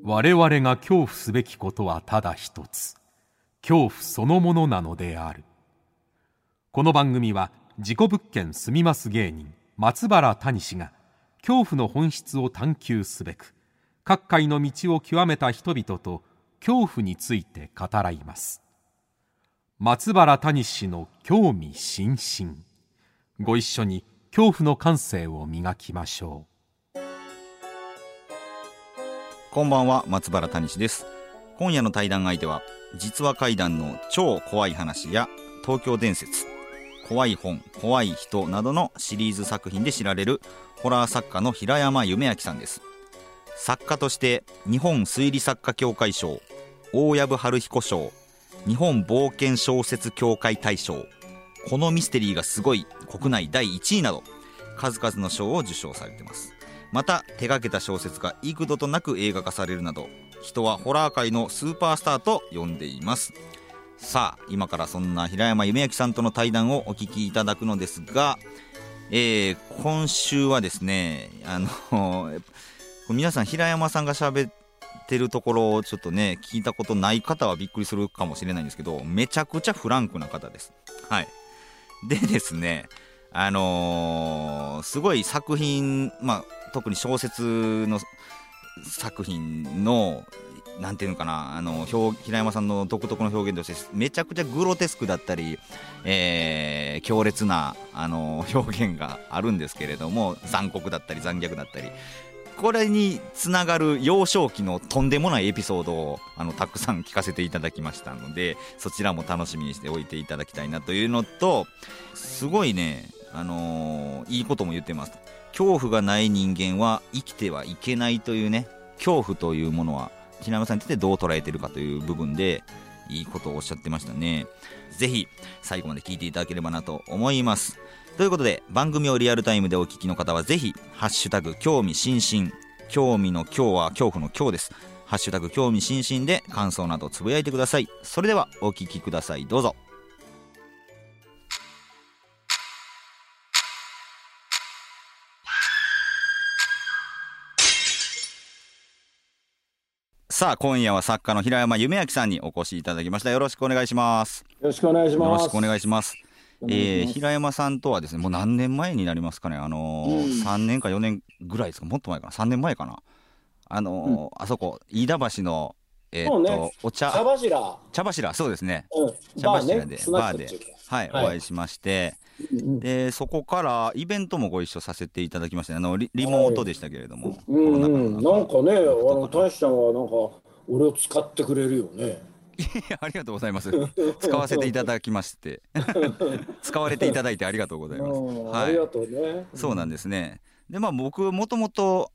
我々が恐怖すべきことはただ一つ、恐怖そのものなのである。この番組は事故物件住みます芸人松原谷氏が恐怖の本質を探求すべく各界の道を極めた人々と恐怖について語らいます。松原谷氏の興味津々、ご一緒に恐怖の感性を磨きましょう。 こんばんは、松原谷氏です。今夜の対談相手は実話怪談の超怖い話や東京伝説、怖い本、怖い人などのシリーズ作品で知られるホラー作家の平山夢明さんです。作家として日本推理作家協会賞、大藪春彦賞、日本冒険小説協会大賞、このミステリーがすごい国内第1位など数々の賞を受賞されています。また手掛けた小説が幾度となく映画化されるなど、人はホラー界のスーパースターと呼んでいます。さあ、今からそんな平山夢明さんとの対談をお聞きいただくのですが、今週はですね、皆さん平山さんが喋ってるところをちょっとね聞いたことない方はびっくりするかもしれないんですけど、めちゃくちゃフランクな方です。はい。でですね、すごい作品、特に小説の作品のなんていうのかな、平山さんの独特の表現としてめちゃくちゃグロテスクだったり、強烈な表現があるんですけれども、残酷だったり残虐だったり、これにつながる幼少期のとんでもないエピソードをたくさん聞かせていただきましたので、そちらも楽しみにしておいていただきたいなというのと、すごいね、いいことも言ってます。恐怖がない人間は生きてはいけないというね、恐怖というものは平山さんにとってどう捉えているかという部分でいいことをおっしゃってましたね。ぜひ最後まで聞いていただければなと思います。ということで、番組をリアルタイムでお聞きの方はぜひハッシュタグ興味津々、興味の今日は恐怖の今日です。ハッシュタグ興味津々で感想などつぶやいてください。それではお聞きください。どうぞ。さあ、今夜は作家の平山夢明さんにお越しいただきました。よろしくお願いします。 よろしくお願いします。 よろしくお願いします。平山さんとはですね、もう何年前になりますかね、3年か4年ぐらいですか、もっと前かな、3年前かな、あそこ飯田橋の、お茶柱、そうですね、茶柱でバーで、お会いしまして、でそこからイベントもご一緒させていただきました、リモートでしたけれども、 なんかね、大志ちゃんはなんか俺を使ってくれるよね。 いや、ありがとうございます。使わせていただきまして使われていただいてありがとうございます。 ありがとうね。 そうなんですね。で僕もともと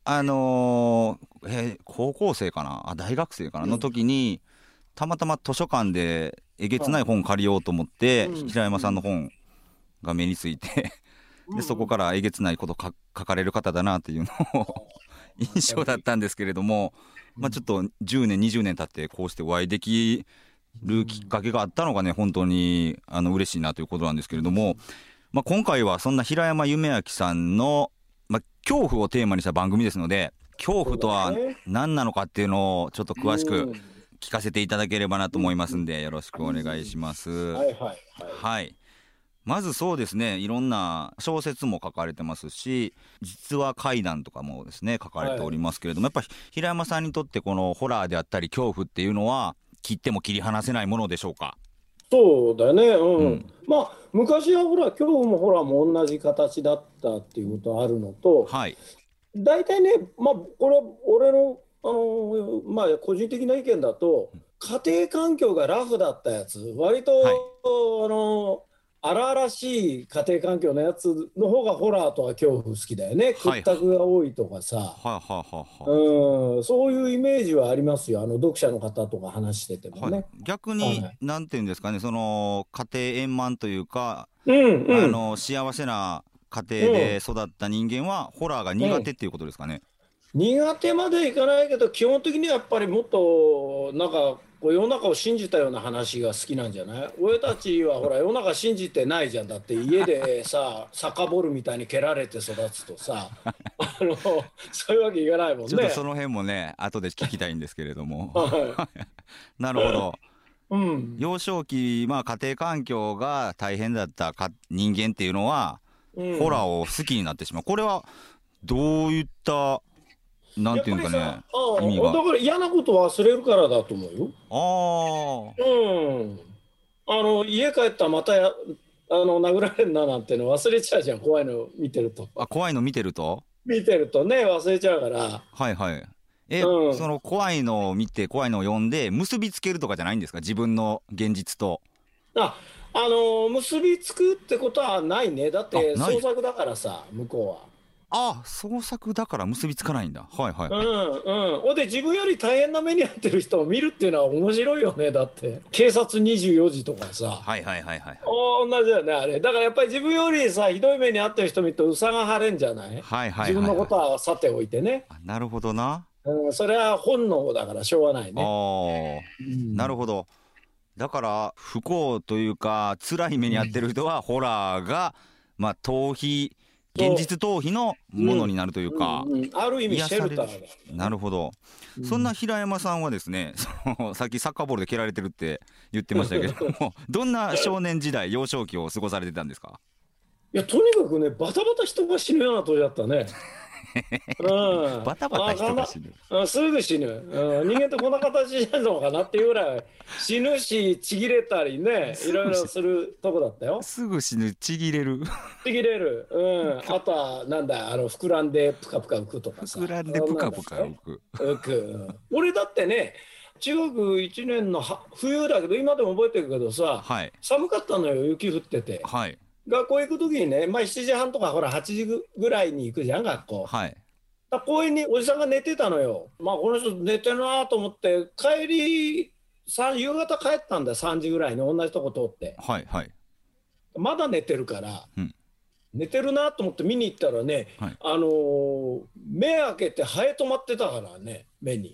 高校生かな、大学生かなの時に、たまたま図書館でえげつない本借りようと思って、平山さんの本が目についてでそこからえげつないこと書かれる方だなっていうのを印象だったんですけれども、ちょっと10年20年経ってこうしてお会いできるきっかけがあったのがね、本当に嬉しいなということなんですけれども、今回はそんな平山夢明さんの、恐怖をテーマにした番組ですので、恐怖とは何なのかっていうのをちょっと詳しく聞かせていただければなと思いますんで、よろしくお願いします。はい。まずそうですね、いろんな小説も書かれてますし、実話怪談とかもですね書かれておりますけれども、やっぱり平山さんにとってこのホラーであったり恐怖っていうのは切っても切り離せないものでしょうか？ そうだね、昔はほら恐怖もホラーも同じ形だったっていうことはあるのと、大体ね、これ俺の個人的な意見だと、家庭環境がラフだったやつ、割と、荒々しい家庭環境のやつの方がホラーとは恐怖好きだよね。屈託が多いとかさ、そういうイメージはありますよ、読者の方とか話しててもね。 逆に、なんていうんですかね、その家庭円満というか、幸せな家庭で育った人間は、ホラーが苦手っていうことですかね？ 苦手までいかないけど、基本的にはやっぱりもっとなんかこう世の中を信じたような話が好きなんじゃない？俺たちはほら世の中信じてないじゃん。だって家でさ遡るみたいに蹴られて育つとさそういうわけいかないもんね。 ちょっとその辺もね後で聞きたいんですけれどもはなるほど。 うん、 幼少期、まあ、家庭環境が大変だった人間っていうのは、ホラーを好きになってしまう。これはどういったなんていうんですかね、意味が。 だから嫌なこと忘れるからだと思うよ。 あうん。家帰ったらまた殴られるななんての忘れちゃうじゃん、怖いの見てると。 あ、怖いの見てると見てるとね、忘れちゃうから。 はいはい。その怖いのを見て怖いのを読んで結びつけるとかじゃないんですか、自分の現実と。 結びつくってことはないね。だって創作だからさ、向こうは。 創作だから結びつかないんだ。はいはい。 ほんで自分より大変な目に遭ってる人を見るっていうのは面白いよね。だって警察24時とかさ。 はいはいはいはい。 同じだよねあれ。だからやっぱり自分よりさひどい目に遭ってる人見るとうさが晴れんじゃない？ はいはい。 自分のことはさておいてね。 なるほどな。 それは本能だからしょうがないね。 なるほど。だから不幸というか辛い目に遭ってる人はホラーがまあ逃避、現実逃避のものになるというか、 ある意味シェルターだ。 なるほど。そんな平山さんはですね、さっきサッカーボールで蹴られてるって言ってましたけどもどんな少年時代幼少期を過ごされてたんですか？ いやとにかくねバタバタ人が死ぬような年だったね。 バタバタ人が死ぬ。 すぐ死ぬ。人間ってこんな形なのかなっていうぐらい死ぬしちぎれたりね、いろいろするとこだったよ。 すぐ死ぬ、ちぎれる。 ちぎれる。あとはなんだ膨らんでプカプカ浮くとかさ。 膨らんでプカプカ浮く。 俺だってね中学1年の冬だけど今でも覚えてるけどさ、寒かったのよ、雪降ってて。学校行く時にね、7時半とかほら8時ぐらいに行くじゃん学校。公園におじさんが寝てたのよ。まあこの人寝てるなと思って帰り夕方帰ったんだよ、3時ぐらいに同じとこ通って。まだ寝てるから、寝てるなと思って見に行ったらね、目開けてハエ止まってたからね、目に。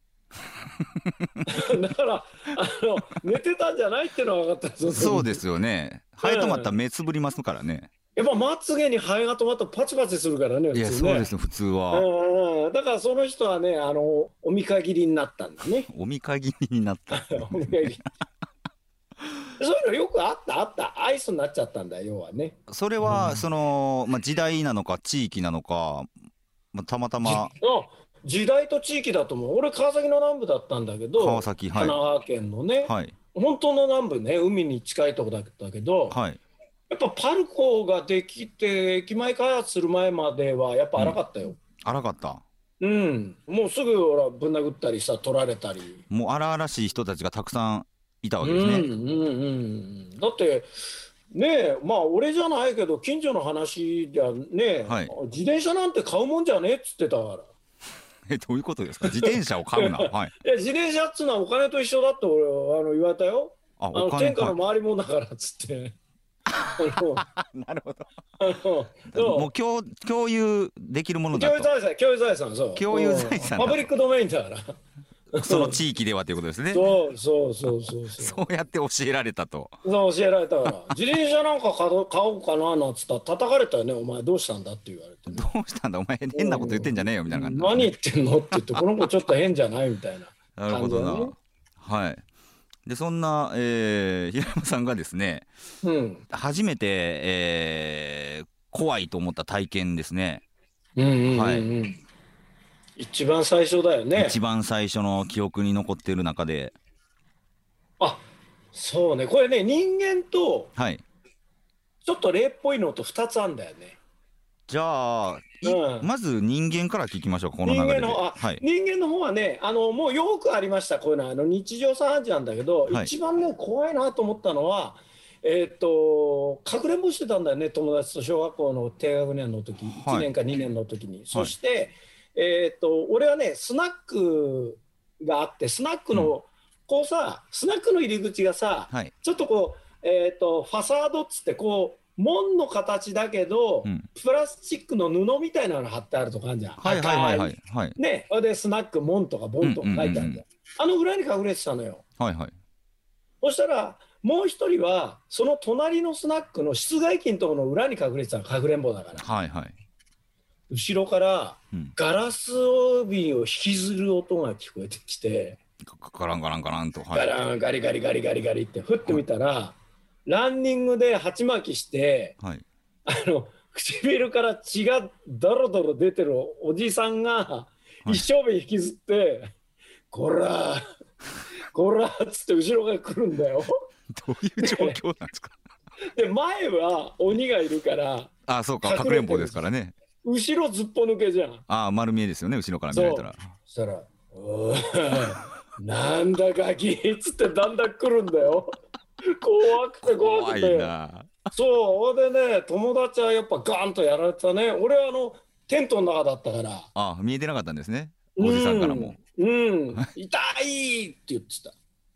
だから寝てたんじゃないっていうのは分かったんですよ。 そうですよね。ハエ止まったら目つぶりますからね。 やっぱまつげにハエが止まったらパチパチするからね。 いやそうです普通は。 だからその人はねお見限りになったんだね。 お見限りになった。 お見限りそういうのよくあったアイスになっちゃったんだよ要はね。 それはその、時代なのか地域なのか、たまたま時代と地域だと思う。俺川崎の南部だったんだけど、 川崎、 神奈川県のね、本当の南部ね、海に近いとこだけど、やっぱパルコができて駅前開発する前まではやっぱ荒かったよ。 荒かった。 もうすぐほらぶん殴ったりさ取られたり。 もう荒々しい人たちがたくさんいたわけですね。 だってねまあ俺じゃないけど近所の話じゃね、自転車なんて買うもんじゃねえっつってたから。 どういうことですか？自転車を買うな。いや自転車っつうのはお金と一緒だって俺言われたよ。天下の回りもんだからっつって。 なるほど。もう共有できるものだと。 共有財産そう。 共有財産。 パブリックドメインだから。 その地域ではということですね。そうやって教えられたと。 そう教えられたから自転車なんか買おうかななんつったら叩かれたよね。お前どうしたんだって言われて、 どうしたんだお前変なこと言ってんじゃねえよみたいな感じ。 何言ってんのって言ってこの子ちょっと変じゃないみたいな。 なるほどな。でそんな、平山さんがですね、初めて、怖いと思った体験ですね。 一番最初だよね。 一番最初の記憶に残っている中で。 そうね。これね人間とちょっと霊っぽいのと2つあるんだよね。 じゃあ、まず人間から聞きましょうか、この流れで。 人間の方はねもうよくありましたこういうの日常茶飯事なんだけど、一番ね怖いなと思ったのはかくれんぼしてたんだよね、友達と小学校の低学年の時、1年か2年の時に。そして俺はねスナックがあって、スナックのこうさスナックの入り口がさ、ちょっとこうファサードっつってこう門の形だけど、プラスチックの布みたいなの貼ってあるとかあるじゃん。ね、それでスナック門とかボンとか書いてあるじゃん。 裏に隠れてたのよ。 はいはい。 そしたらもう一人はその隣のスナックの室外機のところの裏に隠れてたの、かくれんぼだから。 はいはい。 後ろからガラス瓶を引きずる音が聞こえてきて、 ガランガランガランと、 ガランガリガリガリガリガリって振ってみたら、ランニングで鉢巻きして、唇から血がドロドロ出てるおじさんが一生瓶引きずって「こらこら」っつって後ろが来るんだよ。 どういう状況なんですか？ で前は鬼がいるから、 あ、そうか、かくれんぼですからね。 後ろずっぽ抜けじゃん。 ああ、丸見えですよね、後ろから見られたら。 そしたら「おいなんだガキ」っつってだんだん来るんだよ。怖くて怖くて。 怖いな。 そうでね、友達はやっぱガーンとやられてたね。俺はテントの中だったから。 ああ、見えてなかったんですね、おじさんからも。 痛いって言ってた。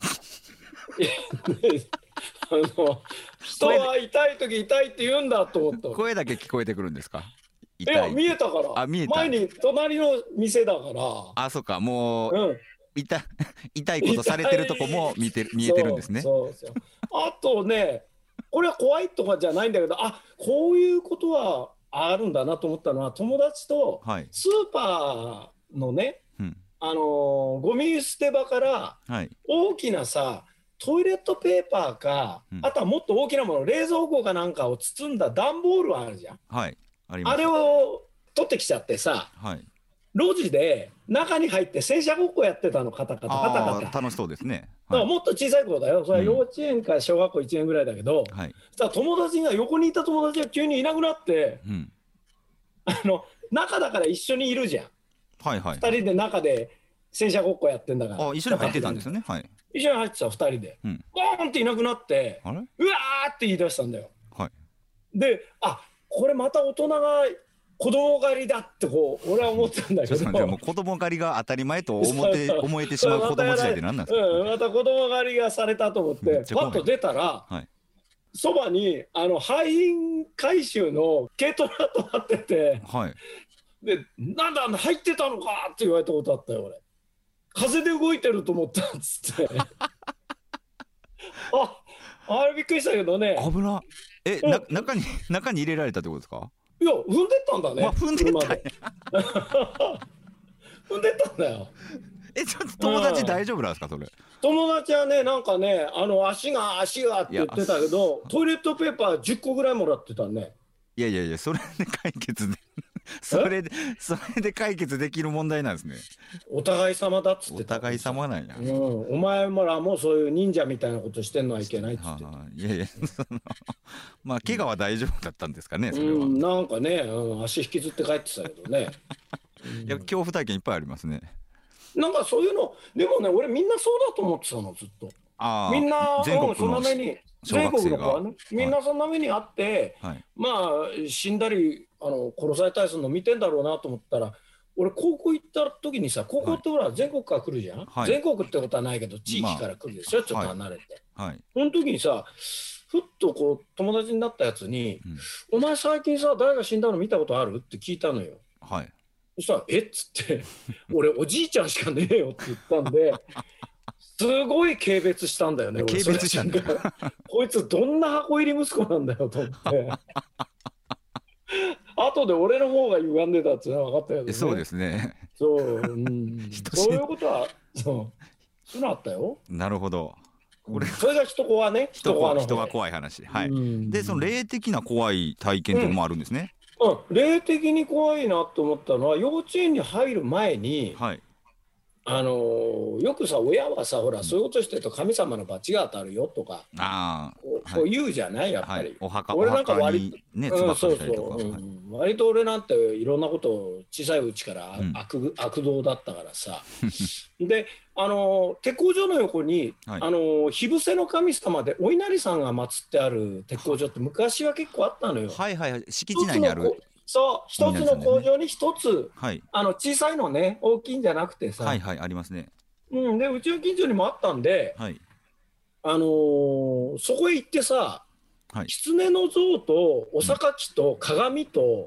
人は痛い時痛いって言うんだと思った。 声だけ聞こえてくるんですか？ いや、見えたから。 あ、見えた。 前に隣の店だから。 あ、そっか、もう、痛いことされてるとこも見えてるんですね。 そうあとね、これは怖いとかじゃないんだけど、こういうことはあるんだなと思ったのは、友達とスーパーのね、ゴミ捨て場から大きなさ、トイレットペーパーか、あとはもっと大きなもの、冷蔵庫かなんかを包んだ段ボールあるじゃん。あれを取ってきちゃってさ、路地で中に入って洗車ごっこやってたの、カタカタカタカタ。 楽しそうですね。 もっと小さい頃だよ。それは幼稚園か小学校1年ぐらいだけど、友達が、横にいた友達が急にいなくなって、中だから一緒にいるじゃん。2人で中で洗車ごっこやってんだから。 一緒に入ってたんですよね。 一緒に入ってた2人で。ボーンっていなくなって、うわーって言い出したんだよ。で、これまた大人が子供狩りだって俺は思ってたんだけど、 もう子供狩りが当たり前と思えてしまう子供時代って何なんですか？ また子供狩りがされたと思ってパッと出たら、そばに廃品回収の軽トラとなってて、で、なんだ入ってたのかって言われたことあったよ俺。風で動いてると思ったっつってあれびっくりしたけどね。 危な。中に入れられたってことですか？ いや、踏んでったんだね。 踏んでったんや。 踏んでったんだよ。 ちょっと友達大丈夫なんですか、それ？ 友達はね、なんかね、足がって言ってたけど、トイレットペーパー10個ぐらいもらってたね。 いや、それで解決でそれで解決できる問題なんですね。 お互い様だっつってた。 お互い様なんや。 お前らもそういう忍者みたいなことしてんのはいけないっつって。 いやまあ怪我は大丈夫だったんですかね、それは。 なんかね、足引きずって帰ってたけどね。 いや、恐怖体験いっぱいありますね。 なんかそういうの、でもね、俺みんなそうだと思ってたの、ずっと。みんなそんな目に、全国の子はね、みんなそんな目にあって、まあ死んだり殺されたりするの見てんだろうなと思ったら、俺高校行った時にさ、高校ってほら全国から来るじゃん。全国ってことはないけど地域から来るでしょ、ちょっと離れて。その時にさ、ふっと友達になったやつに「お前最近さ、誰が死んだの見たことある？」って聞いたのよ。そしたら「えっ?」つって「俺おじいちゃんしかねえよ」って言ったんで。すごい軽蔑したんだよね。 軽蔑したんだよ。 こいつどんな箱入り息子なんだよと思って後で俺の方が歪んでたっていうのは分かったよね。 そうですね。 そういうことはそういうのあったよ。 なるほど。 それが人怖ね。 人が怖い話。で、その霊的な怖い体験というのもあるんですね。 霊的に怖いなと思ったのは、幼稚園に入る前に、よくさ、親はさ、ほらそういうことしてると神様の罰が当たるよとかこう言うじゃない、やっぱり。俺なんか割と俺なんていろんなことを小さいうちから悪道だったからさで鉄工所の横に火伏せの神様でお稲荷さんが祀ってある鉄工所って昔は結構あったのよ。 敷地内にある。 そう、一つの工場に一つ、小さいのね、大きいんじゃなくてさ、 ありますね。 で、うちの近所にもあったんで、そこへ行ってさ、狐の像とお榊と鏡と、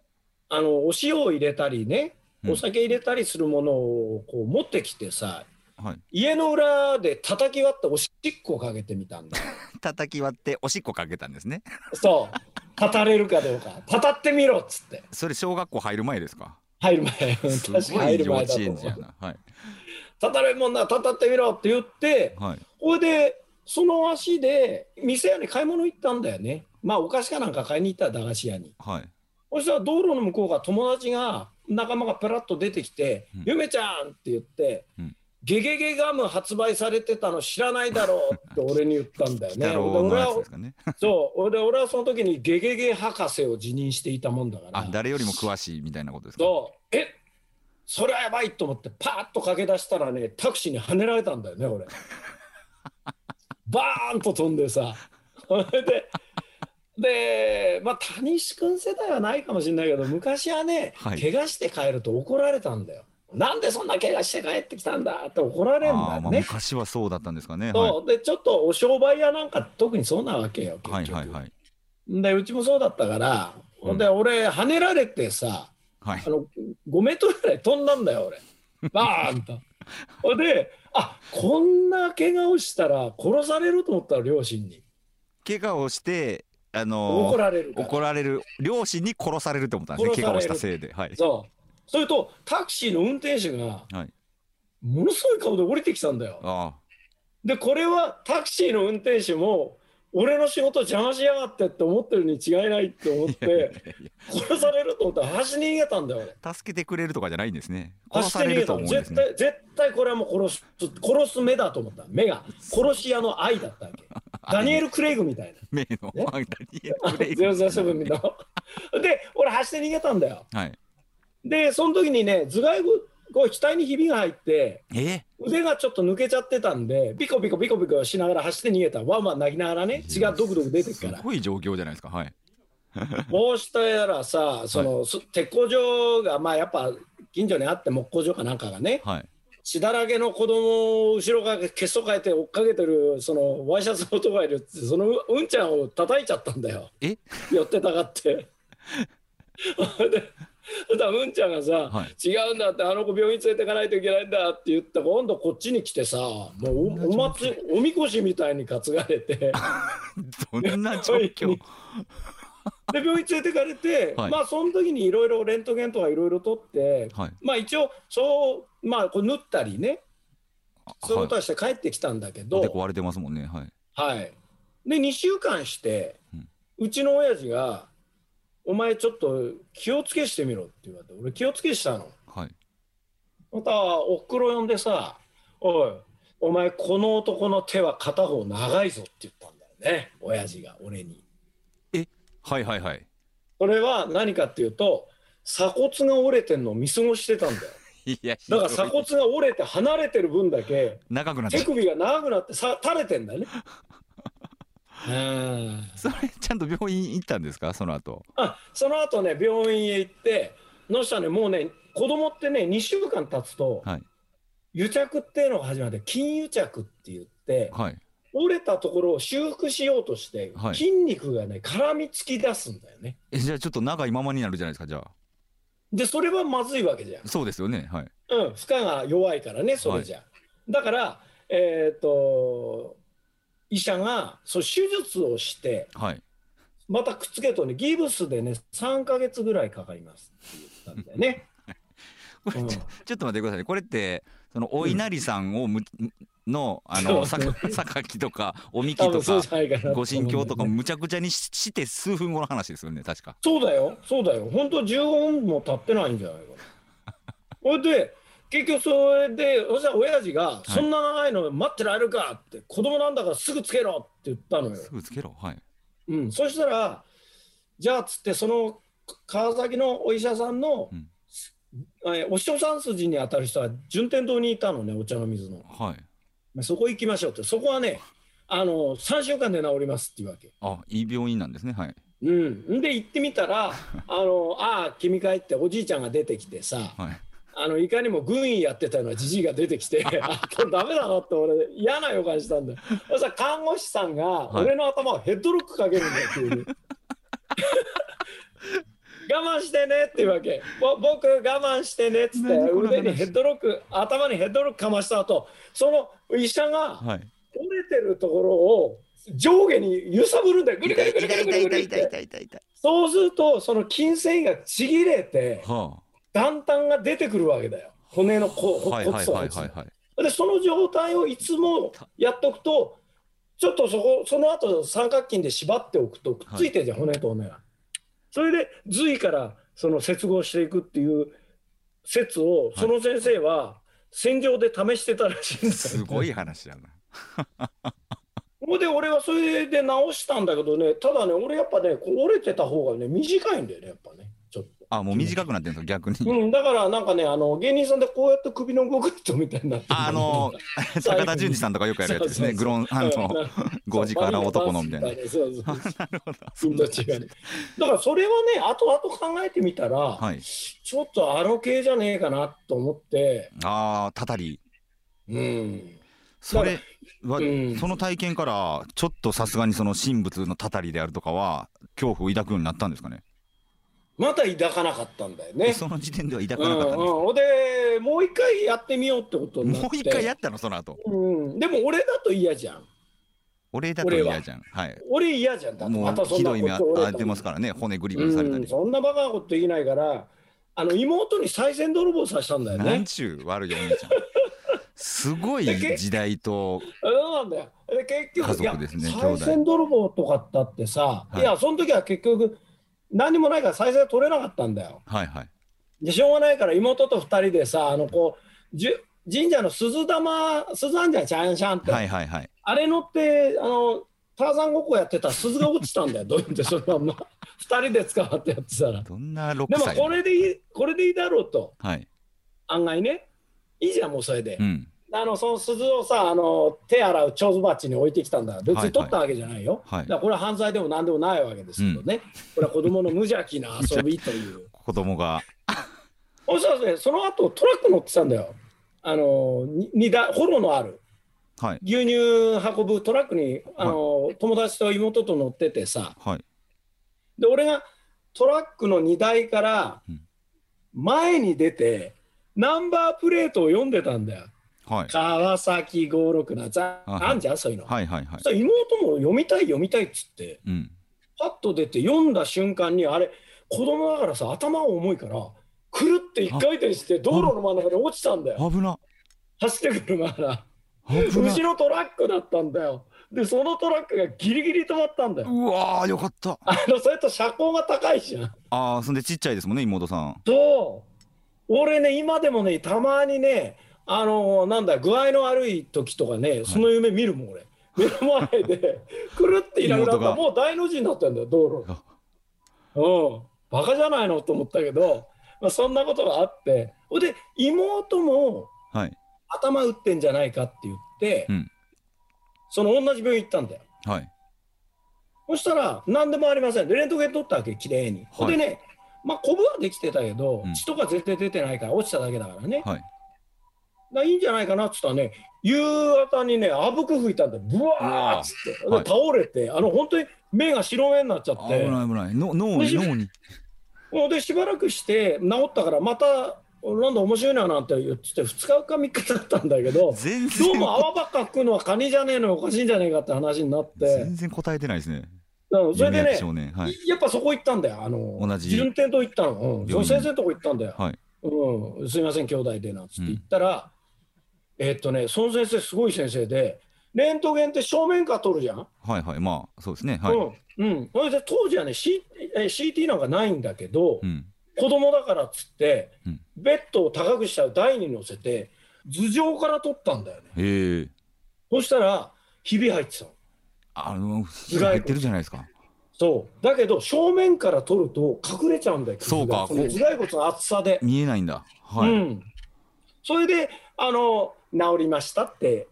お塩を入れたりね、お酒入れたりするものをこう持ってきてさ、 はい、 家の裏で叩き割っておしっこをかけてみたんだ。 叩き割っておしっこかけたんですね。 そう。たたれるかどうか。たたってみろっつって。 それ小学校入る前ですか？ 入る前。 すごい幼稚園児やな。はい。 たたれんもんな、たたってみろって言って、はい、これで、その足で店屋に買い物行ったんだよね。まあお菓子かなんか買いに行った駄菓子屋に。 はい。 そしたら道路の向こうが友達が仲間がペラッと出てきて「ゆめちゃん!」って言って「ゲゲゲガム発売されてたの知らないだろう」って俺に言ったんだよね。俺はその時にゲゲゲ博士を辞任していたもんだから。 あ、誰よりも詳しいみたいなことですか？ そう。それはやばいと思ってパーッと駆け出したらね、タクシーにはねられたんだよね俺。バーンと飛んでさ。で、まあ、谷志君世代はないかもしれないけど、昔はね、はい、怪我して帰ると怒られたんだよ。なんでそんな怪我して帰ってきたんだって怒られるんだよね。 まあ、昔はそうだったんですかね。 そう、はい、でちょっとお商売屋なんか特にそうなわけよ。 はいはいはい。 でうちもそうだったから、で俺跳ねられてさ、はい、5メートルぐらい飛んだんだよ俺。バーンと。で、こんな怪我をしたら殺されると思ったら両親に。 怪我をして怒られる両親に殺されると思ったんですね。怪我をしたせいで。はい、 それとタクシーの運転手が、はい、ものすごい顔で降りてきたんだよ。でこれはタクシーの運転手も俺の仕事邪魔しやがってって思ってるに違いないって思って殺されると思ったら走り逃げたんだよ俺。 助けてくれるとかじゃないんですね。殺されると思うんですね。 絶対これはもう殺す目だと思った。目が殺し屋の愛だったわけ。ダニエル・クレイグみたいな。 目の、ね、ダニエル・クレイグ 007みたいな。で俺走って逃げたんだよ。 はい、 でその時にね頭蓋額にひびが入って腕がちょっと抜けちゃってたんでビコビコビコビコしながら走って逃げた。ワンワン泣きながらね、血がドクドク出てくから。 すごい状況じゃないですか。はい。 こうしたらさ、鉄工所がまあやっぱ近所にあって、木工所かなんかがね、はい、血だらけの子供を後ろから血相変えて追っかけてるそのワイシャツの男がいるって、そのうんちゃんを叩いちゃったんだよ。寄ってたかって。でうんちゃんがさ、はい、違うんだって、あの子病院連れてかないといけないんだって言って今度こっちに来てさ、もうおみこしみたいに担がれてどんな状況で病院連れてかれて、はい、まあその時にいろいろレントゲンとかいろいろ取って、はい、まあ一応まあこう縫ったりね、そういうことはして帰ってきたんだけど、 結構割れてますもんね。はい、 はい、で2週間して、うちの親父がお前ちょっと気をつけしてみろって言われて、俺気をつけしたの。はい。またおふくろ呼んでさ、お前この男の手は片方長いぞって言ったんだよね、親父が俺に。 はいはいはい。 それは何かっていうと、鎖骨が折れてんのを見過ごしてたんだよ。いや、だから鎖骨が折れて離れてる分だけ長くなって、 手首が長くなって垂れてんだよね。 それちゃんと病院行ったんですか、その後。 その後ね病院へ行って、のしたね、もうね子供ってね2週間経つと、はい、癒着っていうのが始まって、筋癒着って言って、はい、折れたところを修復しようとして、はい、筋肉がね絡みつき出すんだよね。 じゃあちょっと長いままになるじゃないですか。じゃあでそれはまずいわけじゃん。 そうですよね。はい、 負荷が弱いからね、それじゃ、はい、だから医者が手術をして、はい、またくっつけるとね、ギブスでね3ヶ月ぐらいかかりますって言ったんだよね。 これちょっと待ってくださいね。これってそのお稲荷さんをの榊とかおみきとかご神経とかむちゃくちゃにして数分後の話ですよね、確か。 そうだよ本当15分も経ってないんじゃないかな。それで結局それで、そしたら親父が、そんな長いの待ってられるかって、子供なんだからすぐつけろって言ったのよ。 すぐつけろ。はい。 そしたらじゃあっつって、その川崎のお医者さんの、お師匠さん筋に当たる人は順天堂にいたのね、お茶の水の。はい。そこ行きましょうって。そこはね3週間で治りますっていうわけ。 いい病院なんですね。はい。 で行ってみたら君かいっておじいちゃんが出てきてさ、はい、いかにも軍医やってたようなじじいが出てきてこれダメだなって俺嫌な予感したんだよ。そしたら看護師さんが俺の頭をヘッドロックかけるんだよ急に。 我慢してねっていうわけ。僕我慢してねっつって腕にヘッドロック、頭にヘッドロックかました後、その医者が折れてるところを上下に揺さぶるんだよ。ぐりぐりぐりぐりぐりぐりって。そうするとその筋繊維がちぎれて断端が出てくるわけだよ。骨の骨層が。でその状態をいつもやっとくと、ちょっとその後三角筋で縛っておくとくっついてるじゃん、骨と骨が。それで髄からその接合していくっていう説を、その先生は戦場で試してたらしいんですよ、 すごい話だな。 で俺はそれで直したんだけどね、ただね、俺やっぱね、折れてた方がね短いんだよね、やっぱね、ちょっと。 もう短くなってるんですか、逆に。 だからなんかね、芸人さんでこうやって首の動く人みたいになってる。 坂田純次さんとかよくやるやつですね。グロン5時から男のみたいな。なるほど。 だからそれはね、後々考えてみたら、ちょっと系じゃねえかなと思って。 たたり。それは、その体験からちょっとさすがにその神仏のたたりであるとかは恐怖を抱くようになったんですかね。 また抱かなかったんだよね。 その時点では抱かなかったんですか。 でもう一回やってみようってことになって。 もう一回やったの、その後。 でも俺だと嫌じゃん。 俺だと嫌じゃん。 俺嫌じゃん。 もうひどい目あってますからね、骨グリグリされたり。 そんなバカなことできないから、妹に賽銭泥棒させたんだよね。 なんちゅう悪いお兄ちゃん。すごい時代と家族ですね。 賽銭泥棒とかったってさ、いやその時は結局何もないから再生取れなかったんだよ。でしょうがないから妹と2人でさ、神社の鈴あんじゃん、シャンシャンって、あれ乗ってターザンごっこやってたら鈴が落ちたんだよ。どうやってそのまんま2人で捕まってやってたら。 どんな6歳。 でもこれでいいだろうと、案外ね、いいじゃん、もうそれで。その鈴をさ、手洗う蝶鉢に置いてきたんだ。別に取ったわけじゃないよ。だからこれは犯罪でも何でもないわけですけどね。これは子供の無邪気な遊びという。 子供が。 そしたらね、その後トラック乗ってたんだよ。荷台、ホロのある。牛乳運ぶトラックに友達と妹と乗っててさ。で、俺がトラックの荷台から前に出て、ナンバープレートを読んでたんだよ。川崎567、あんじゃん、そういうの。そしたら妹も読みたいっつって、パッと出て読んだ瞬間に、あれ、子供だからさ、頭が重いから、くるって一回転して、道路の真ん中で落ちたんだよ。 危な。 走ってくるから後ろトラックだったんだよ。で、そのトラックがギリギリ止まったんだよ。 うわー、よかった。 それと車高が高いじゃん。 そんでちっちゃいですもんね、妹さん。 俺ね、今でもね、たまにね、なんだ、具合の悪い時とかね、その夢見るもん、俺。目の前で、くるっていなくなったら、もう大の字になってんだよ、道路。バカじゃないのと思ったけど、そんなことがあって、で、妹も、頭打ってんじゃないかって言って、その同じ病院行ったんだよ。そしたら、何でもありません。で、レントゲン取ったわけ、きれいに。でね、コブはできてたけど、血とか絶対出てないから、落ちただけだからね。いいんじゃないかなっつったらね、夕方にね、あぶく吹いたんだよ。ブワーっつって。倒れて、本当に目が白目になっちゃって。 危ない。脳に。 で、しばらくして治ったから、また、なんだ面白いななんて言って2日か3日だったんだけど、どうも泡ばっか吹くのはカニじゃねえのおかしいんじゃねえかって話になって。 全然答えてないですね。 それでね、やっぱそこ行ったんだよ。順天堂行ったの。その先生のとこ行ったんだよ。すいません、兄弟でなんつって言ったら、その先生すごい先生で、レントゲンって正面から撮るじゃん。 まあそうですね。 それで当時はね、CT なんかないんだけど、子供だからっつって、ベッドを高くしちゃう台に乗せて頭上から撮ったんだよね。そしたらひび入ってたの。 入ってるじゃないですか。 そうだけど正面から撮ると隠れちゃうんだよ。 そうか、 頭蓋骨の厚さで見えないんだ。 それで治りましたって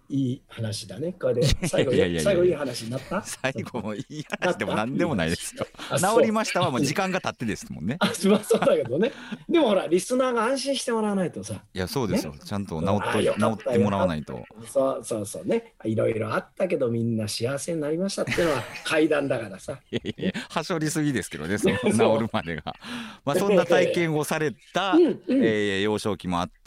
いい話だね。これで最後いい話になった？ 最後もいい話でも何でもないですよ。治りましたはもう時間が経ってですもんね。 まあそうだけどね。でもほらリスナーが安心してもらわないとさ。 いやそうですよ。ちゃんと治ってもらわないと。 そうね。いろいろあったけどみんな幸せになりましたっていうのは怪談だからさ。 はしょりすぎですけどね。その治るまでが。まあそんな体験をされた幼少期もあって、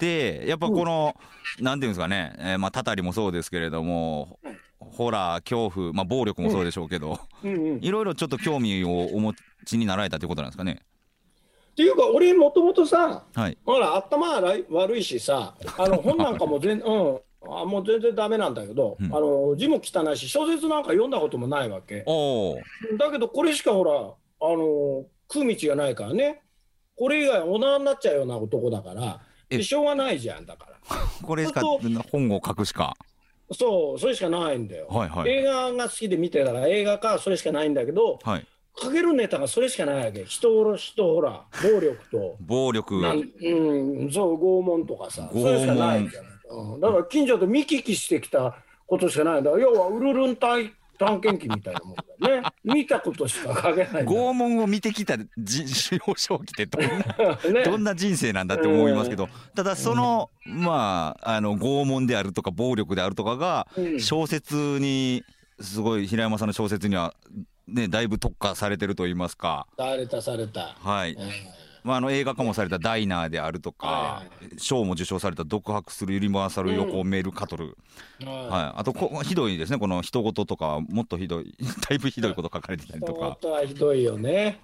やっぱこのなんていうんですかね。まあたたりもそうですけれども。ホラー、恐怖、まあ、暴力もそうでしょうけど、いろいろちょっと興味をお持ちになられたということなんですかね。 っていうか俺もともとさ、 はい、 ほら頭悪いしさ、本なんかももう全然ダメなんだけど、字も汚いし小説なんか読んだこともないわけ。だけどこれしかほら食う道がないからね。これ以外おなになっちゃうような男だからしょうがないじゃん。だからこれしか本を書くしか。 それしかないんだよ、映画が好きで見てたから映画かそれしかないんだけど、書けるネタがそれしかないわけ。人殺しとほら暴力そう拷問とかさそれしかないじゃん、だから近所で見聞きしてきたことしかないんだ。要はウルルン探検記みたいなもんだよね。見たことしか書けない。 拷問を見てきた幼少期ってどんな人生なんだって思いますけど、ただそのまあ拷問であるとか暴力であるとかが小説にすごい平山さんの小説にはねだいぶ特化されてると言いますか。 された。 はい。まあ、映画化もされたダイナーであるとか、賞も受賞された独白するユニバーサル横メルカトル、あとひどいですね、この人事とかもっとひどいだいぶひどいこと書かれてたりとか。 人事はひどいよね。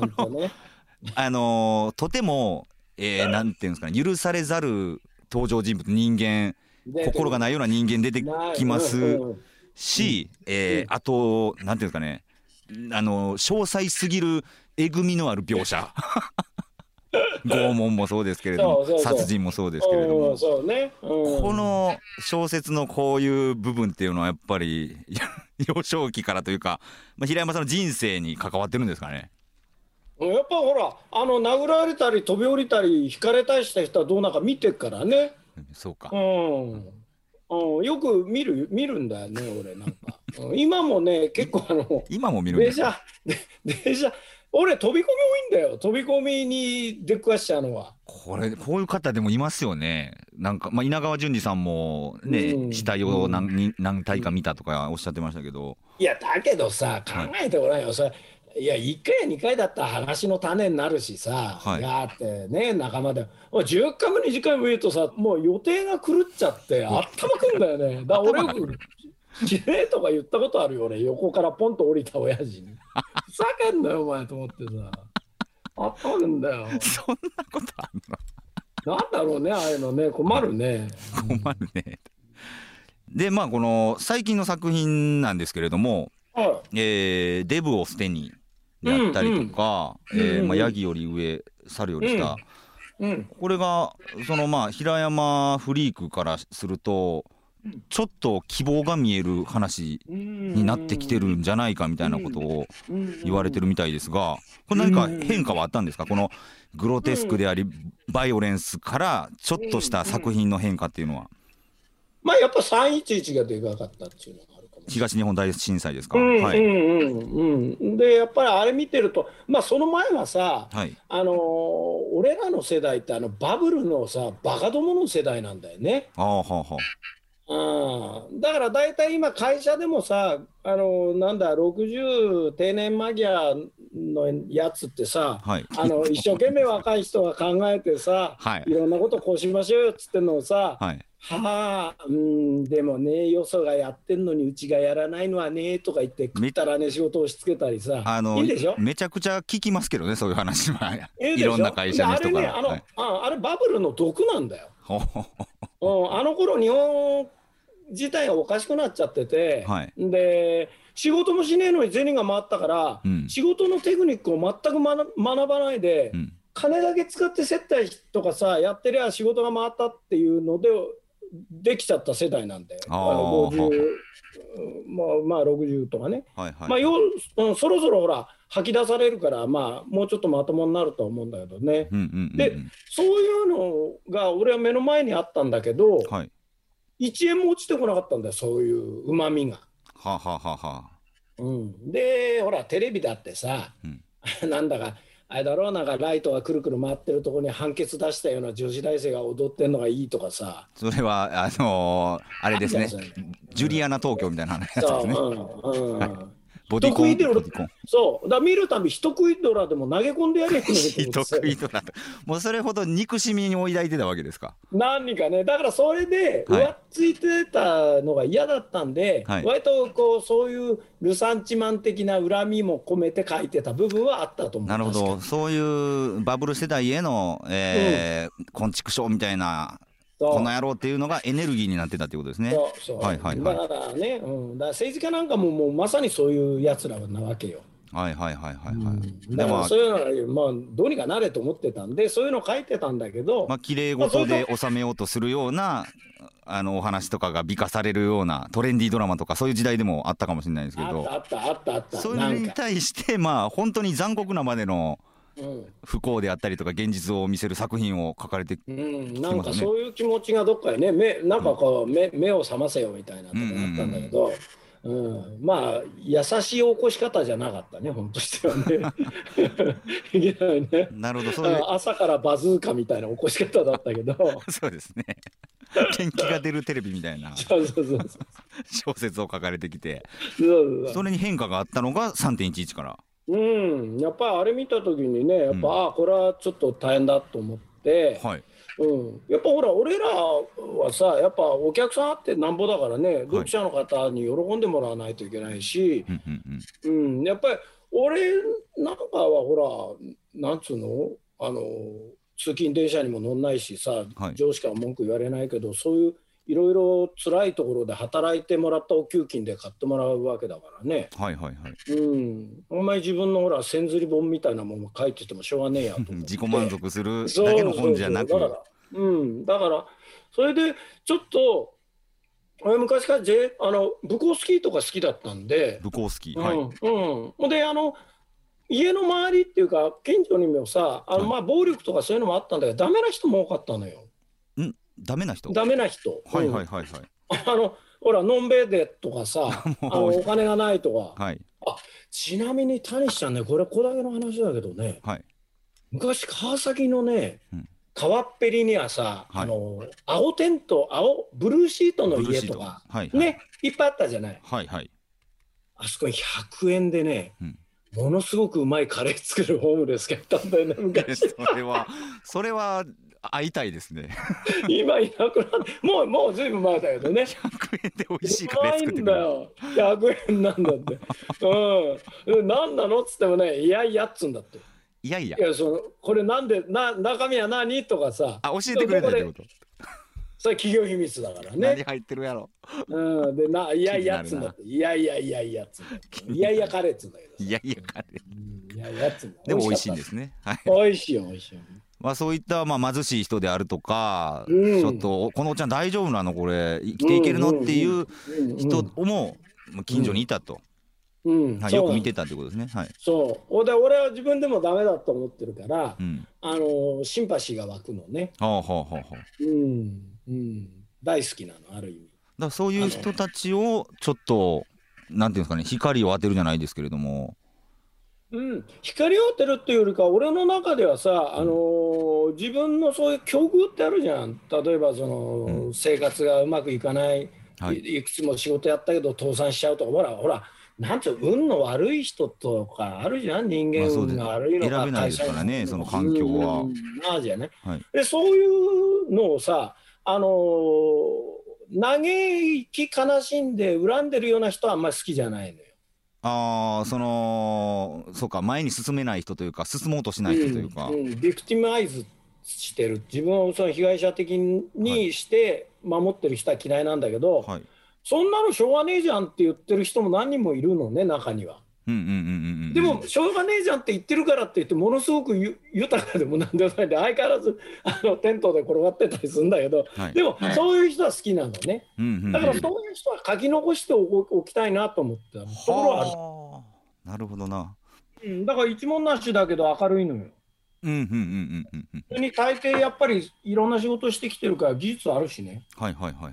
とても、なんていうんですかね、許されざる登場人物、人間心がないような人間出てきますし、あとなんていうんですかね、詳細すぎるえぐみのある描写拷問もそうですけれども殺人もそうですけれども、この小説のこういう部分っていうのはやっぱり幼少期からというか、平山さんの人生に関わってるんですかね。 やっぱほら殴られたり飛び降りたり引かれたりした人はどうなんか見てるからね。 そうか。 よく見るんだよね俺なんか。今もね結構今も見るんですか。 電車俺飛び込み多いんだよ。飛び込みに出くわしちゃうのは。 こういう方でもいますよね。なんか、稲川淳二さんもね、死体を何体か見たとかおっしゃってましたけど。 いやだけどさ考えてごらんよ。それいや1回や2回だったら話の種になるしさ、いやってね仲間で10回も20回も言うとさもう予定が狂っちゃって頭くんだよね。だから俺死ねとか言ったことあるよ俺。横からポンと降りた親父にふざけんなよお前と思ってさ頭くんだよ。 そんなことあるのなんだろうねああいうのね。困るね。 困るね。でこの最近の作品なんですけれども、デブを捨てにであったりとか、ヤギより上猿より下、これがその平山フリークからするとちょっと希望が見える話になってきてるんじゃないかみたいなことを言われてるみたいですが、これ何か変化はあったんですか。このグロテスクでありバイオレンスからちょっとした作品の変化っていうのは。 やっぱ311がでかかったっていうのがあるかもしれない。 東日本大震災ですか。 でやっぱりあれ見てるとその前はさ、俺らの世代ってバブルのさバカどもの世代なんだよね。だから大体今会社でもさなんだ60定年間際のやつってさ、一生懸命若い人が考えてさ、いろんなことこうしましょうよっつってんのをさ、でもねよそがやってんのにうちがやらないのはねとか言って食ったらね仕事を押し付けたりさ、いいでしょ。 めちゃくちゃ聞きますけどねそういう話は。いろんな会社の人から。 あれバブルの毒なんだよ。あの頃日本自体がおかしくなっちゃってて、で仕事もしねえのに銭が回ったから、仕事のテクニックを全く学ばないで、金だけ使って接待とかさやってりゃ仕事が回ったっていうのでできちゃった世代なんで、60とかね、そろそろほら吐き出されるからもうちょっとまともになると思うんだけどね。でそういうのが俺は目の前にあったんだけど、 1円も落ちてこなかったんだよ、そういううまみが。 はあ、はあはあはあ、 でほらテレビだってさ、なんだかあれだろう、なんかライトがくるくる回ってるところに判決出したような女子大生が踊ってんのがいいとかさ。 それはあれですね、ジュリアナ東京みたいなやつですね。ボディコン。 そうだ、見るたび人食いドラでも投げ込んでやれよ人食いドラと、もうそれほど憎しみに抱いてたわけですか。 何かね、だからそれで浮ついてたのが嫌だったんで、割とこうそういうルサンチマン的な恨みも込めて書いてた部分はあったと思う。 なるほど、そういうバブル世代への昆虫症みたいな、この野郎っていうのがエネルギーになってたってことですね。 だからね、だから政治家なんかもうまさにそういうやつらなわけよ。 だからそういうのは、どうにかなれと思ってたんで、そういうの書いてたんだけど、 きれい事で収めようとするようなお話とかが美化されるようなトレンディードラマとか、そういう時代でもあったかもしれないですけど、 あったそれに対して本当に残酷なまでの不幸であったりとか現実を見せる作品を書かれてきますね。 なんかそういう気持ちがどっかにね、なんかこう目を覚ませよみたいなとこがあったんだけど、まあ優しい起こし方じゃなかったね、本としてはね。いけないね。 なるほど、そういう朝からバズーカみたいな起こし方だったけどそうですね、元気が出るテレビみたいな小説を書かれてきて、それに変化があったのが 3.11 から。 やっぱりあれ見た時にね、やっぱ、これはちょっと大変だと思って、やっぱほら俺らはさ、やっぱお客さんあってなんぼだからね、読者の方に喜んでもらわないといけないし、やっぱり俺なんかはほら、なんつうの、通勤電車にも乗んないしさ、上司から文句言われないけど、そういういろいろ辛いところで働いてもらったお給金で買ってもらうわけだからね。お前自分のほら千釣り本みたいなもの書いててもしょうがねえやと自己満足するだけの本じゃなく、 だからそれでちょっと俺昔からブコースキーとか好きだったんで、 ブコースキー、 で家の周りっていうか近所にもさ、まあ暴力とかそういうのもあったんだけど、ダメな人も多かったのよ。 ダメな人ほらのんべえでとかさお金がないとか、ちなみに谷ちゃんね、これだけの話だけどね、昔川崎のね、川っぺりにはさ、青テント、ブルーシートの家とかね、いっぱいあったじゃない。あそこに100円でね、ものすごくうまいカレー作るホームレスがいたんだよね、昔。 それは会いたいですね。 今いなくなって、もうずいぶん前だけどね。 100円で美味しいカレー作ってくれる。 うまいんだよ。100円なんだって。何なのっつってもね、いやいやっつんだって。 いやこれなんで中身は何とかさ。 教えてくれないってこと。 それ企業秘密だからね。 何入ってるやろ。 でいやいやっつんだって。いやいやっつんだって。いやいやカレーっつんだけど。 いやいやカレー。いやいやっつんだ。 でも美味しいんですね。 美味しいよ。 そういった貧しい人であるとか、ちょっとこのおっちゃん大丈夫なのこれ生きていけるのっていう人も近所にいたと、よく見てたってことですね。 そうで俺は自分でもダメだと思ってるから、シンパシーが湧くのね。大好きなの、ある意味。 だからそういう人たちをちょっとなんていうんですかね、光を当てるじゃないですけれども。 光を当てるっていうよりか、俺の中ではさ、自分のそういう境遇ってあるじゃん。例えば生活がうまくいかない、いくつも仕事やったけど倒産しちゃうとか、ほらなんていう運の悪い人とかあるじゃん、人間運が悪いのか、 選べないですからね、その環境は。 でそういうのをさ、嘆き悲しんで恨んでるような人はあんまり好きじゃないのよ。 そうか、前に進めない人というか、進もうとしない人というか、 ビクティマイズしてる、自分をその被害者的にして守ってる人は嫌いなんだけど、そんなのしょうがねえじゃんって言ってる人も何人もいるのね、中には。でもしょうがねえじゃんって言ってるからって言って、ものすごく豊かでもなんでもないで、相変わらずテントで転がってたりするんだけど、でもそういう人は好きなのね。だからそういう人は書き残しておきたいなと思ったところはある。 なるほどな。 だから一文なしだけど明るいのよ。それに大抵やっぱりいろんな仕事してきてるから技術あるしね。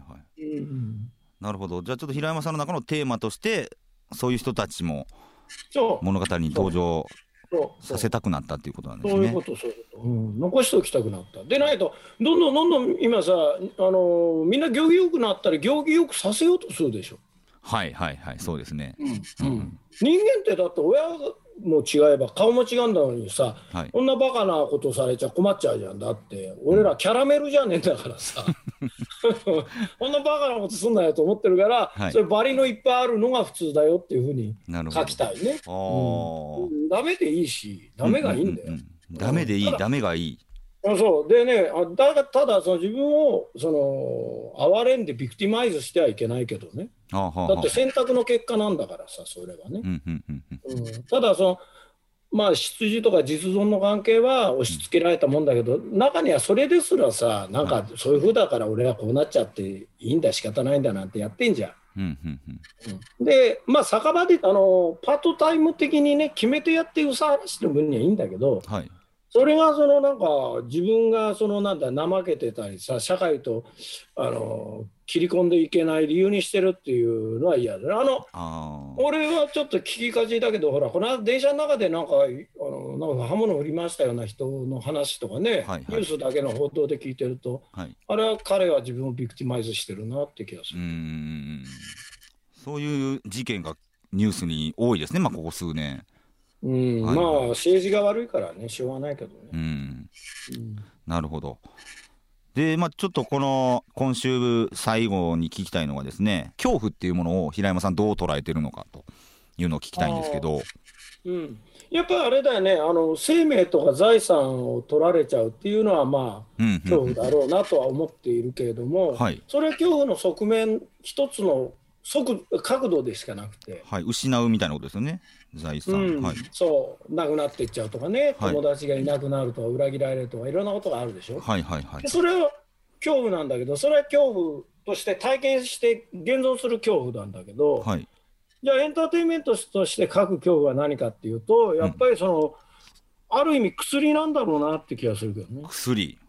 なるほど。じゃあちょっと平山さんの中のテーマとしてそういう人たちも物語に登場させたくなったっていうことなんですね。 そういうこと、そういうこと、残しておきたくなった。でないとどんどん今さ、みんな行儀よくなったり行儀よくさせようとするでしょ。 はいはいはい、そうですね。 人間ってだって親も違えば顔も違うんだのにさ、こんなバカなことされちゃ困っちゃうじゃん。だって俺らキャラメルじゃねえんだからさこんなバカなことすんなよと思ってるから、それバリのいっぱいあるのが普通だよっていうふうに書きたいね。ダメでいいしダメがいいんだよ。 ダメでいい、ダメがいい。 そうでね、ただその自分を哀れんでビクティマイズしてはいけないけどね。だって選択の結果なんだからさ、それはね。ただまあ出自とか実存の関係は押し付けられたもんだけど、中にはそれですらさ、なんかそういうふうだから俺はこうなっちゃっていいんだ仕方ないんだなんてやってんじゃん。でまあ酒場でパートタイム的にね決めてやってうさらしてる分にはいいんだけど、それがなんか自分がなんだ怠けてたりさ、社会と切り込んでいけない理由にしてるっていうのは嫌だ。俺はちょっと聞きかじだけど、ほらこの間電車の中でなんか刃物振りましたような人の話とかね、ニュースだけの報道で聞いてると、あれは彼は自分をビクティマイズしてるなって気がする。 そういう事件がニュースに多いですね、まあここ数年。 まあ政治が悪いからねしょうがないけどね。 なるほど。でまあちょっと今週最後に聞きたいのがですね、恐怖っていうものを平山さんどう捉えてるのかというのを聞きたいんですけど。 やっぱりあれだよね、生命とか財産を取られちゃうっていうのはまあ恐怖だろうなとは思っているけれども、それは恐怖の側面一つの角度でしかなくて、 失うみたいなことですよね、財産。 そうなくなっていっちゃうとかね、友達がいなくなるとか裏切られるとかいろんなことがあるでしょ。でそれは恐怖なんだけど、それは恐怖として体験して現存する恐怖なんだけど、じゃあエンターテインメントとして書く恐怖は何かっていうと、やっぱりある意味薬なんだろうなって気がするけどね。 薬、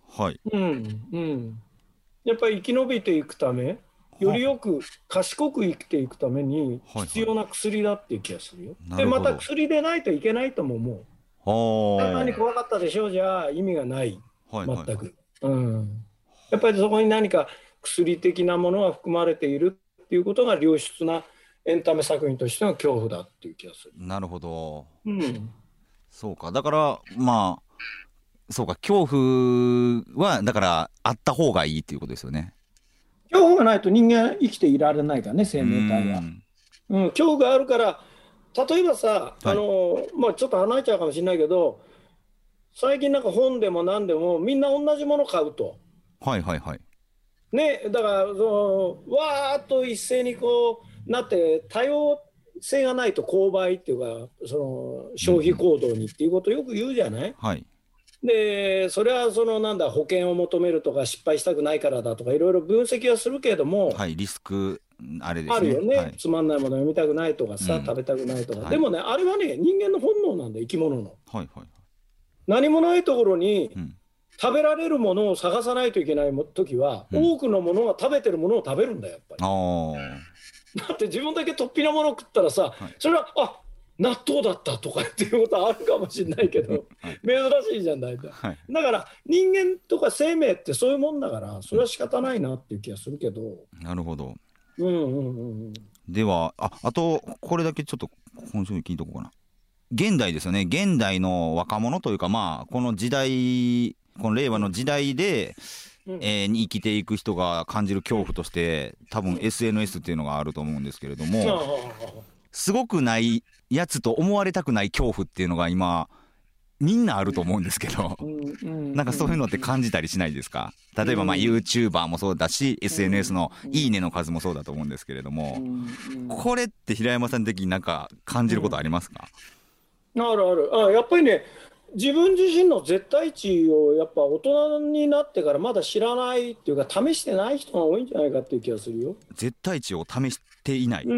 やっぱり生き延びていくため、よりよく賢く生きていくために必要な薬だっていう気がするよ。でまた薬でないといけないとも思う。何怖かったでしょうじゃ意味がない、全く。やっぱりそこに何か薬的なものが含まれているっていうことが良質なエンタメ作品としての恐怖だっていう気がする。 なるほど。そうか、だからまあそうか、恐怖はだからあった方がいいっていうことですよね。 恐怖がないと人間生きていられないからね、生命体は。恐怖があるから、例えばさ、まあ、ちょっと離れちゃうかもしれないけど、最近なんか本でも何でもみんな同じもの買うと。ね、だからわーっと一斉にこうなって多様性がないと購買っていうか消費行動にっていうことをよく言うじゃない。でそれはなんだ保険を求めるとか失敗したくないからだとかいろいろ分析はするけれども、 リスクあれですね、 あるよね、つまんないもの読みたくないとかさ、食べたくないとか、でもねあれはね人間の本能なんだ、生き物の。何もないところに、食べられるものを探さないといけない時は、多くのものが食べてるものを食べるんだよやっぱり。だって自分だけ突飛なものを食ったらさ、それは納豆だったとかっていうことはあるかもしれないけど、珍しいじゃん大体。だから人間とか生命ってそういうもんだから、それは仕方ないなっていう気がするけど。 なるほど。ではあとこれだけちょっと今週聞いとこうかな。現代ですよね、現代の若者というか、まあこの時代、この令和の時代で、に生きていく人が感じる恐怖として多分 SNS っていうのがあると思うんですけれども、すごくないやつと思われたくない恐怖っていうのが今みんなあると思うんですけど、なんかそういうのって感じたりしないですか？例えばまあ YouTuber もそうだし、SNS のいいねの数もそうだと思うんですけれども、これって平山さん的になんか感じることありますか？ あるある。やっぱりね、自分自身の絶対値をやっぱ大人になってからまだ知らないっていうか試してない人が多いんじゃないかっていう気がするよ。 絶対値を試していない。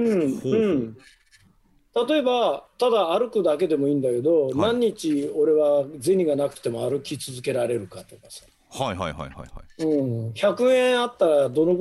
例えばただ歩くだけでもいいんだけど、何日俺は銭がなくても歩き続けられるかとかさ。100円あったらどのぐらい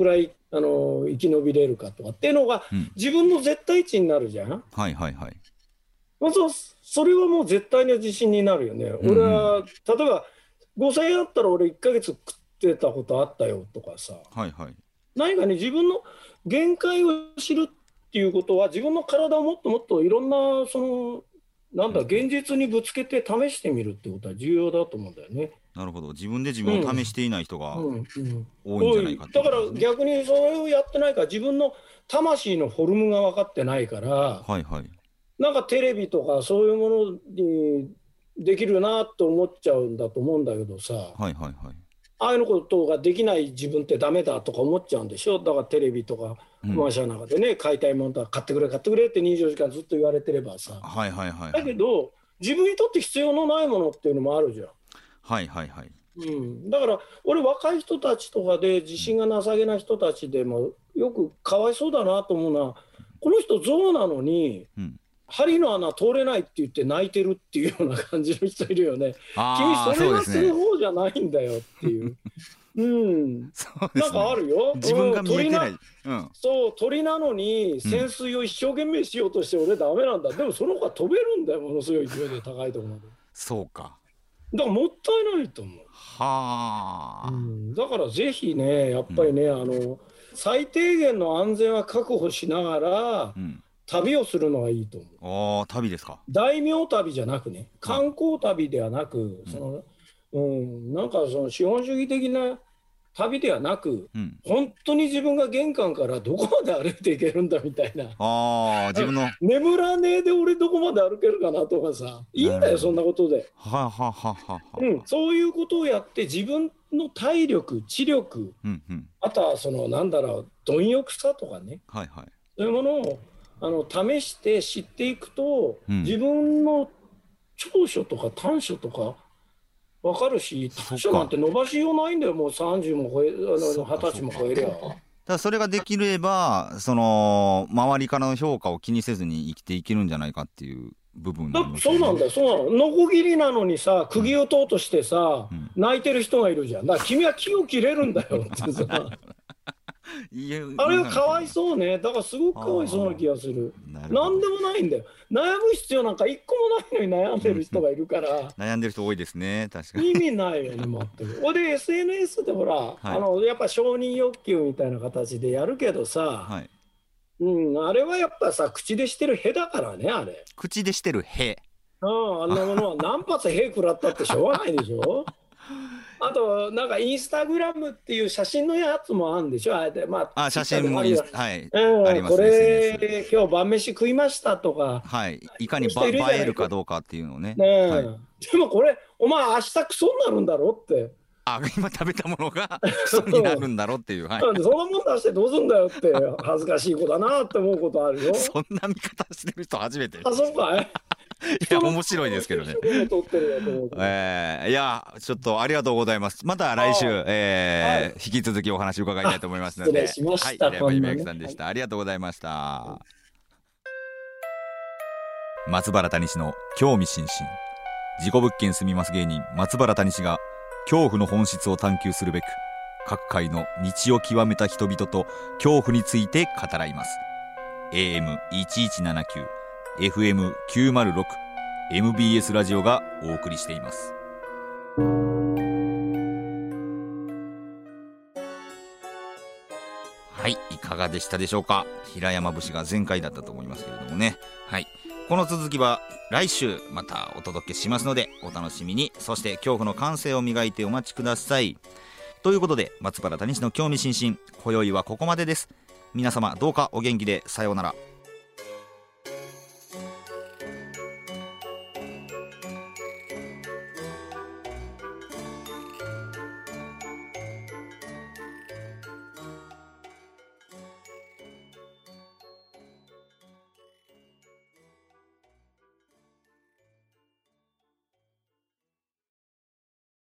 生き延びれるかとかっていうのが、自分の絶対値になるじゃん。 はいはいはい。 それはもう絶対な自信になるよね。俺は例えば5000円あったら俺1ヶ月食ってたことあったよとかさ、 はいはい、 何かね、自分の限界を知るっていうことは、自分の体をもっともっといろんな現実にぶつけて試してみるってことは重要だと思うんだよね。 なるほど。自分で自分を試していない人が多いんじゃないかって、 だから逆にそれをやってないから、自分の魂のフォルムが分かってないから、 はいはい、 なんかテレビとかそういうものにできるなと思っちゃうんだと思うんだけどさ、 はいはいはい、 ああいうことができない自分ってダメだとか思っちゃうんでしょ。だからテレビとかコマーシャルの中でね、買いたいものとか買ってくれ買ってくれって24時間ずっと言われてればさ、 はいはいはい、 だけど自分にとって必要のないものっていうのもあるじゃん。 はいはいはい、 だから俺若い人たちとかで自信がなさげな人たちでもよくかわいそうだなと思うのは、この人象なのに、針の穴通れないって言って泣いてるっていうような感じの人いるよね。君それがする方じゃないんだよっていう。なんかあるよ。 自分が見えてない。 そう鳥なのに潜水を一生懸命しようとして俺ダメなんだ。でもその方が飛べるんだよ、ものすごい勢いで高いところまで。 そうか。 だからもったいないと思う。 はあ、 だからぜひね、やっぱりね、最低限の安全は確保しながら、旅をするのがいいと思う。 旅ですか。 大名旅じゃなくね、観光旅ではなく、なんかその資本主義的な旅ではなく、本当に自分が玄関からどこまで歩いていけるんだみたいな。 自分の眠らねえで俺どこまで歩けるかなとかさ、いいんだよそんなことで。そういうことをやって自分の体力、知力、あとはその貪欲さとかね、そういうものを試して知っていくと、自分の長所とか短所とか分かるし、短所なんて伸ばしようないんだよ。もう30も超え20歳も超えりゃ。だからそれができれば、その周りからの評価を気にせずに生きていけるんじゃないかっていう部分なんですね。 そうなんだよ、そうなの。ノコギリなのにさ、釘打とうとしてさ、泣いてる人がいるじゃん。だから君は木を切れるんだよってさあれはかわいそうね。だからすごくかわいそうな気がする。なんでもないんだよ。悩む必要なんか一個もないのに悩んでる人がいるから悩んでる人多いですね。確かに意味ないよね、全く。ほんで SNS でほら、やっぱ承認欲求みたいな形でやるけどさ、あれはやっぱさ、口でしてるへだからね。あれ口でしてるへ、 あんなものは何発へ食らったってしょうがないでしょあとなんかインスタグラムっていう写真のやつもあるんでしょ。 写真もありますね。 これ今日晩飯食いましたとか、 いかに映えるかどうかっていうのをね。 でもこれお前明日クソになるんだろって。 今食べたものがクソになるんだろっていう。そんなもん出してどうすんだよって恥ずかしい子だなって思うことあるよ。 そんな見方してる人初めて。 そうかい。 いや面白いですけどね。いやちょっとありがとうございます。また来週引き続きお話伺いたいと思いますので。 失礼しました。 平山夢明さんでした。ありがとうございました。松原谷氏の興味津々。事故物件住みます芸人松原谷氏が恐怖の本質を探求するべく、各界の道を極めた人々と恐怖について語らいます。 AM1179 FM906 MBS ラジオがお送りしています。はい、いかがでしたでしょうか。平山節が全開だったと思いますけれどもね。はい、この続きは来週またお届けしますのでお楽しみに。そして恐怖の感性を磨いてお待ちください。ということで松原谷氏の興味津々、今宵はここまでです。皆様どうかお元気で。さようなら。